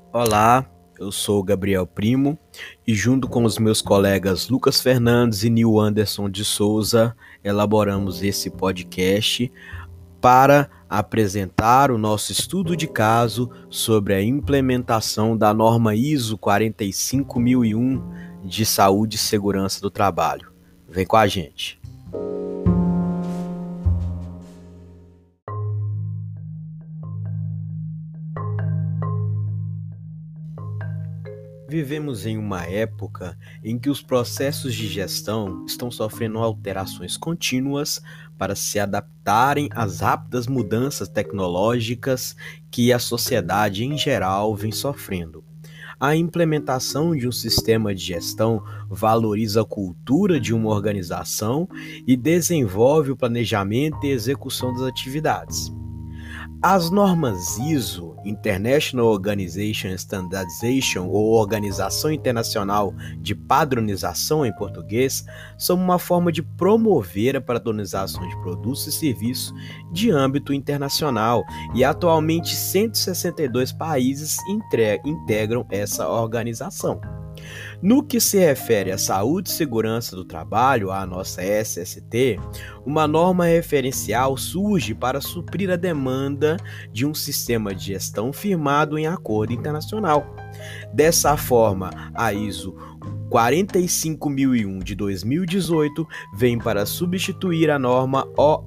Olá, eu sou o Gabriel Primo e junto com os meus colegas Lucas Fernandes e Nil Anderson de Souza, elaboramos esse podcast para apresentar o nosso estudo de caso sobre a implementação da norma ISO 45001 de saúde e segurança do trabalho. Vem com a gente. Vivemos em uma época em que os processos de gestão estão sofrendo alterações contínuas para se adaptarem às rápidas mudanças tecnológicas que a sociedade em geral vem sofrendo. A implementação de um sistema de gestão valoriza a cultura de uma organização e desenvolve o planejamento e execução das atividades. As normas ISO, International Organization Standardization ou Organização Internacional de Padronização em português, são uma forma de promover a padronização de produtos e serviços de âmbito internacional e atualmente 162 países integram essa organização. No que se refere à saúde e segurança do trabalho, a nossa SST, uma norma referencial surge para suprir a demanda de um sistema de gestão firmado em acordo internacional. Dessa forma, a ISO 45001 de 2018 vem para substituir a norma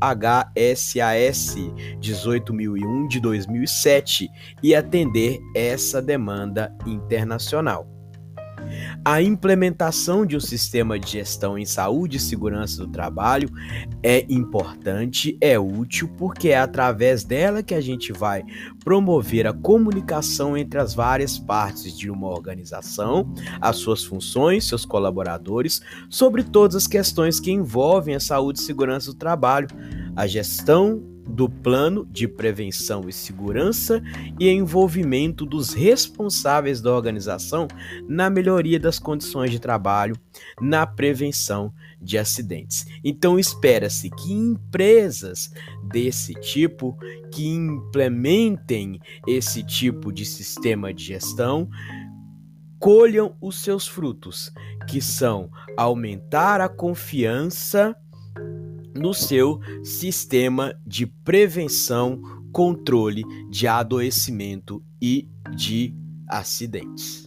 OHSAS 18001 de 2007 e atender essa demanda internacional. A implementação de um sistema de gestão em saúde e segurança do trabalho é importante, é útil, porque é através dela que a gente vai promover a comunicação entre as várias partes de uma organização, as suas funções, seus colaboradores, sobre todas as questões que envolvem a saúde e segurança do trabalho, a gestão do plano de prevenção e segurança e envolvimento dos responsáveis da organização na melhoria das condições de trabalho, na prevenção de acidentes. Então espera-se que empresas desse tipo, que implementem esse tipo de sistema de gestão, colham os seus frutos, que são aumentar a confiança no seu sistema de prevenção, controle de adoecimento e de acidentes.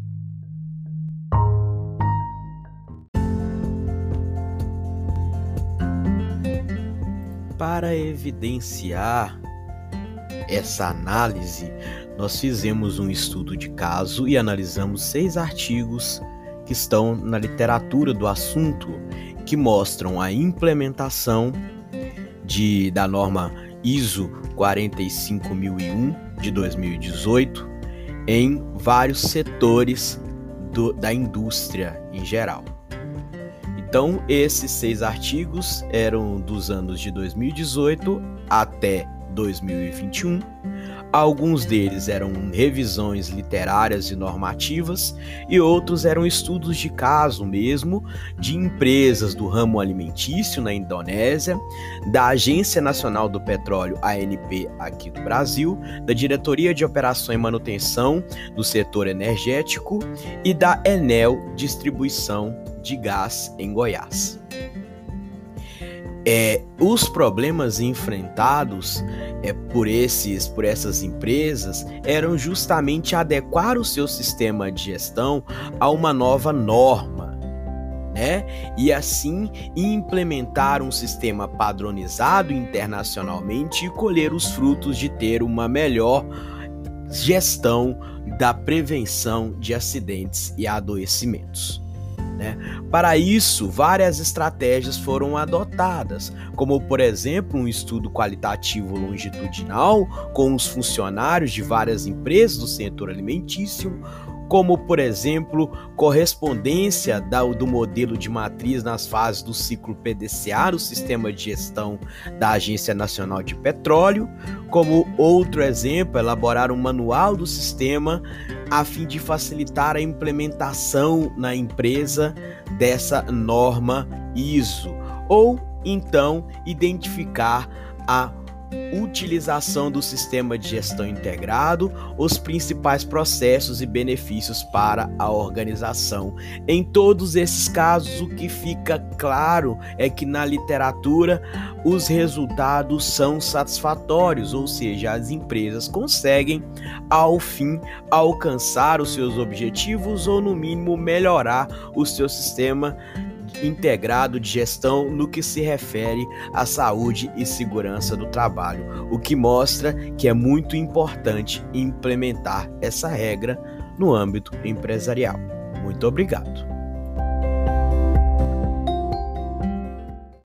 Para evidenciar essa análise, nós fizemos um estudo de caso e analisamos 6 artigos que estão na literatura do assunto, que mostram a implementação da norma ISO 45001 de 2018 em vários setores da indústria em geral. Então, esses 6 artigos eram dos anos de 2018 até 2021. Alguns deles eram revisões literárias e normativas e outros eram estudos de caso mesmo de empresas do ramo alimentício na Indonésia, da Agência Nacional do Petróleo, ANP, aqui do Brasil, da Diretoria de Operação e Manutenção do Setor Energético e da Enel Distribuição de Gás em Goiás. Os problemas enfrentados por essas empresas eram justamente adequar o seu sistema de gestão a uma nova norma, né? E assim implementar um sistema padronizado internacionalmente e colher os frutos de ter uma melhor gestão da prevenção de acidentes e adoecimentos. Para isso, várias estratégias foram adotadas, como, por exemplo, um estudo qualitativo longitudinal com os funcionários de várias empresas do setor alimentício, como, por exemplo, correspondência do modelo de matriz nas fases do ciclo PDCA, o Sistema de Gestão da Agência Nacional de Petróleo, como outro exemplo, elaborar um manual do sistema a fim de facilitar a implementação na empresa dessa norma ISO, ou então identificar a utilização do sistema de gestão integrado, os principais processos e benefícios para a organização. Em todos esses casos, o que fica claro é que na literatura os resultados são satisfatórios, ou seja, as empresas conseguem, ao fim, alcançar os seus objetivos ou, no mínimo, melhorar o seu sistema integrado de gestão no que se refere à saúde e segurança do trabalho, o que mostra que é muito importante implementar essa regra no âmbito empresarial. Muito obrigado.